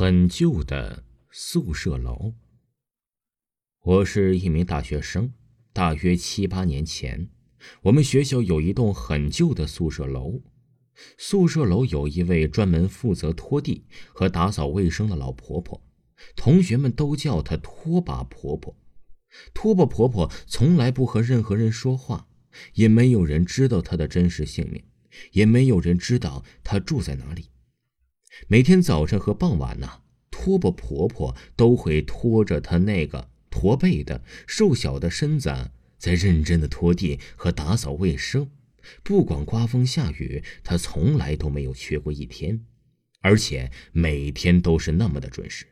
很旧的宿舍楼。我是一名大学生，大约7、8年前，我们学校有一栋很旧的宿舍楼。宿舍楼有一位专门负责拖地和打扫卫生的老婆婆，同学们都叫她拖把婆婆。拖把婆婆从来不和任何人说话，也没有人知道她的真实姓名，也没有人知道她住在哪里。每天早晨和傍晚拖把婆婆都会拖着她那个驼背的瘦小的身子，在认真的拖地和打扫卫生。不管刮风下雨，她从来都没有缺过一天，而且每天都是那么的准时。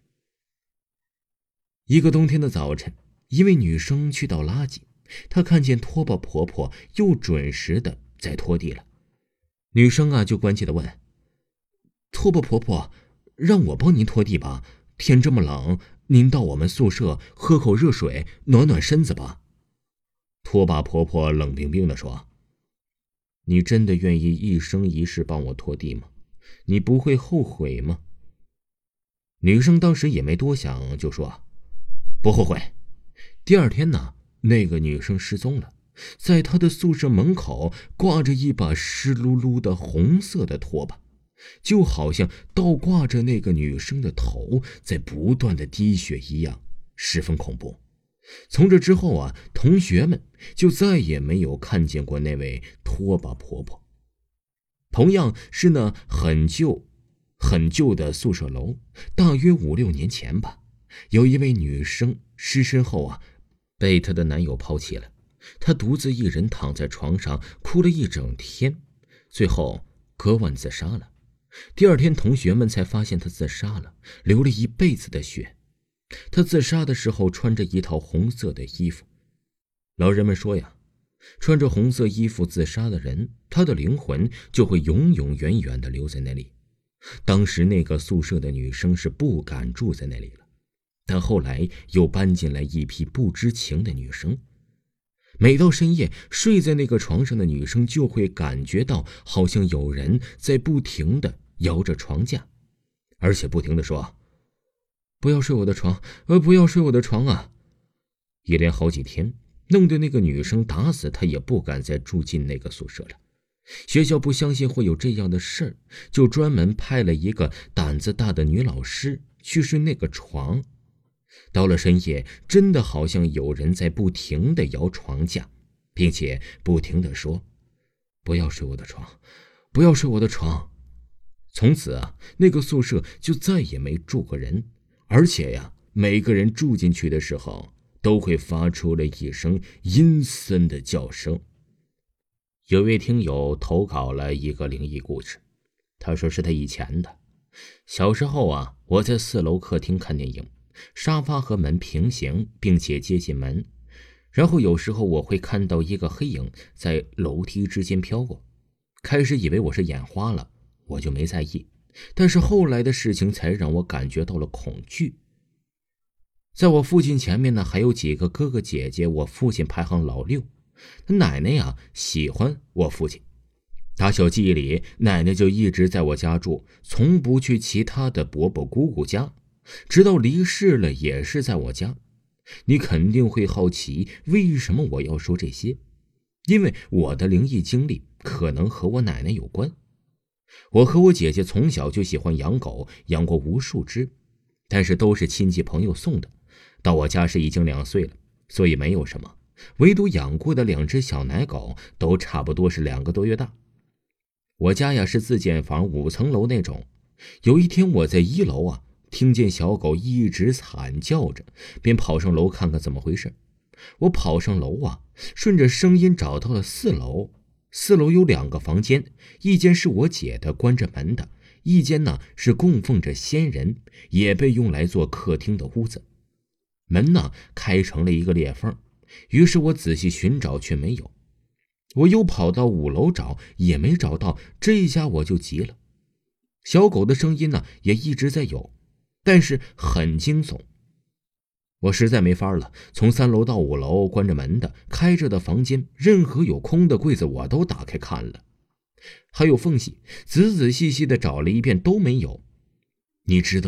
一个冬天的早晨，一位女生去倒垃圾，她看见拖把婆婆又准时的在拖地了。女生就关切地问：拖把婆婆，让我帮您拖地吧，天这么冷，您到我们宿舍喝口热水暖暖身子吧。拖把婆婆冷冰冰地说：你真的愿意一生一世帮我拖地吗？你不会后悔吗？女生当时也没多想，就说不后悔。第二天那个女生失踪了，在她的宿舍门口挂着一把湿漉漉的红色的拖把，就好像倒挂着那个女生的头在不断的滴血一样，十分恐怖。从这之后同学们就再也没有看见过那位拖把婆婆。同样是那很旧的宿舍楼，大约5、6年前吧，有一位女生失身后被她的男友抛弃了，她独自一人躺在床上哭了一整天，最后割腕自杀了。第二天同学们才发现她自杀了，流了一辈子的血。她自杀的时候穿着一套红色的衣服。老人们说穿着红色衣服自杀的人，他的灵魂就会永永远远地留在那里。当时那个宿舍的女生是不敢住在那里了，但后来又搬进来一批不知情的女生。每到深夜，睡在那个床上的女生就会感觉到好像有人在不停地摇着床架，而且不停地说：不要睡我的床，不要睡我的床啊！一连好几天，弄得那个女生打死她也不敢再住进那个宿舍了。学校不相信会有这样的事儿，就专门派了一个胆子大的女老师去睡那个床。到了深夜，真的好像有人在不停地摇床架，并且不停地说：不要睡我的床，不要睡我的床。从此那个宿舍就再也没住过人，而且每个人住进去的时候都会发出了一声阴森的叫声。有位听友投稿了一个灵异故事，他说是他以前的。小时候我在4楼客厅看电影，沙发和门平行，并且接近门，然后有时候我会看到一个黑影在楼梯之间飘过。开始以为我是眼花了，我就没在意，但是后来的事情才让我感觉到了恐惧。在我父亲前面还有几个哥哥姐姐，我父亲排行老6。他奶奶喜欢我父亲，打小记忆里奶奶就一直在我家住，从不去其他的伯伯姑姑家，直到离世了也是在我家。你肯定会好奇为什么我要说这些，因为我的灵异经历可能和我奶奶有关。我和我姐姐从小就喜欢养狗，养过无数只，但是都是亲戚朋友送的。到我家时已经2岁了，所以没有什么，唯独养过的2只小奶狗都差不多是2个多月大。我家是自建房5层楼那种。有一天我在1楼听见小狗一直惨叫着，便跑上楼看看怎么回事。我跑上楼顺着声音找到了4楼。4楼有2个房间，一间是我姐的，关着门的，一间是供奉着仙人，也被用来做客厅的屋子。门开成了一个裂缝，于是我仔细寻找却没有。我又跑到5楼找，也没找到，这一下我就急了。小狗的声音也一直在有，但是很惊悚。我实在没法了，从3楼到5楼，关着门的、开着的房间，任何有空的柜子我都打开看了，还有缝隙，仔仔细细的找了一遍都没有。你知道吗？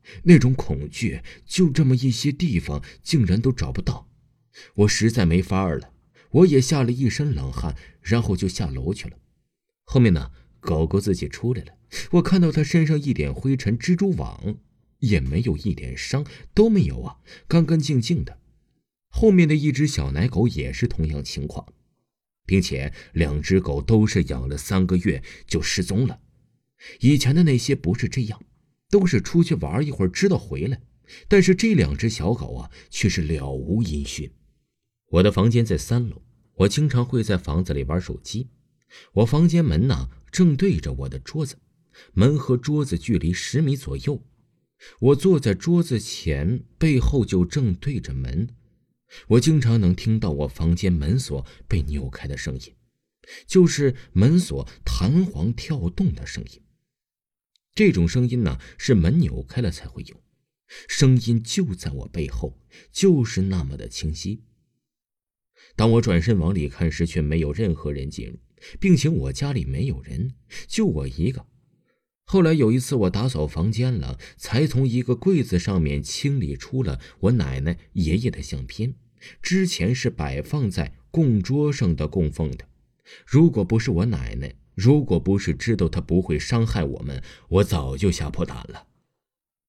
那种恐惧，就这么一些地方竟然都找不到，我实在没法了。我也吓了一身冷汗，然后就下楼去了。后面呢，狗狗自己出来了，我看到它身上一点灰尘，蜘蛛网也没有，一点伤都没有啊，干干净净的。后面的一只小奶狗也是同样情况，并且2只狗都是养了3个月就失踪了。以前的那些不是这样，都是出去玩一会儿知道回来，但是这2只小狗啊，却是了无音讯。我的房间在3楼，我经常会在房子里玩手机。我房间门呢，正对着我的桌子，门和桌子距离10米左右。我坐在桌子前，背后就正对着门。我经常能听到我房间门锁被扭开的声音，就是门锁弹簧跳动的声音。这种声音呢，是门扭开了才会有，声音就在我背后，就是那么的清晰。当我转身往里看时，却没有任何人进入，并且我家里没有人，就我一个。后来有一次我打扫房间了，才从一个柜子上面清理出了我奶奶爷爷的相片，之前是摆放在供桌上的供奉的。如果不是我奶奶，如果不是知道她不会伤害我们，我早就吓破胆了。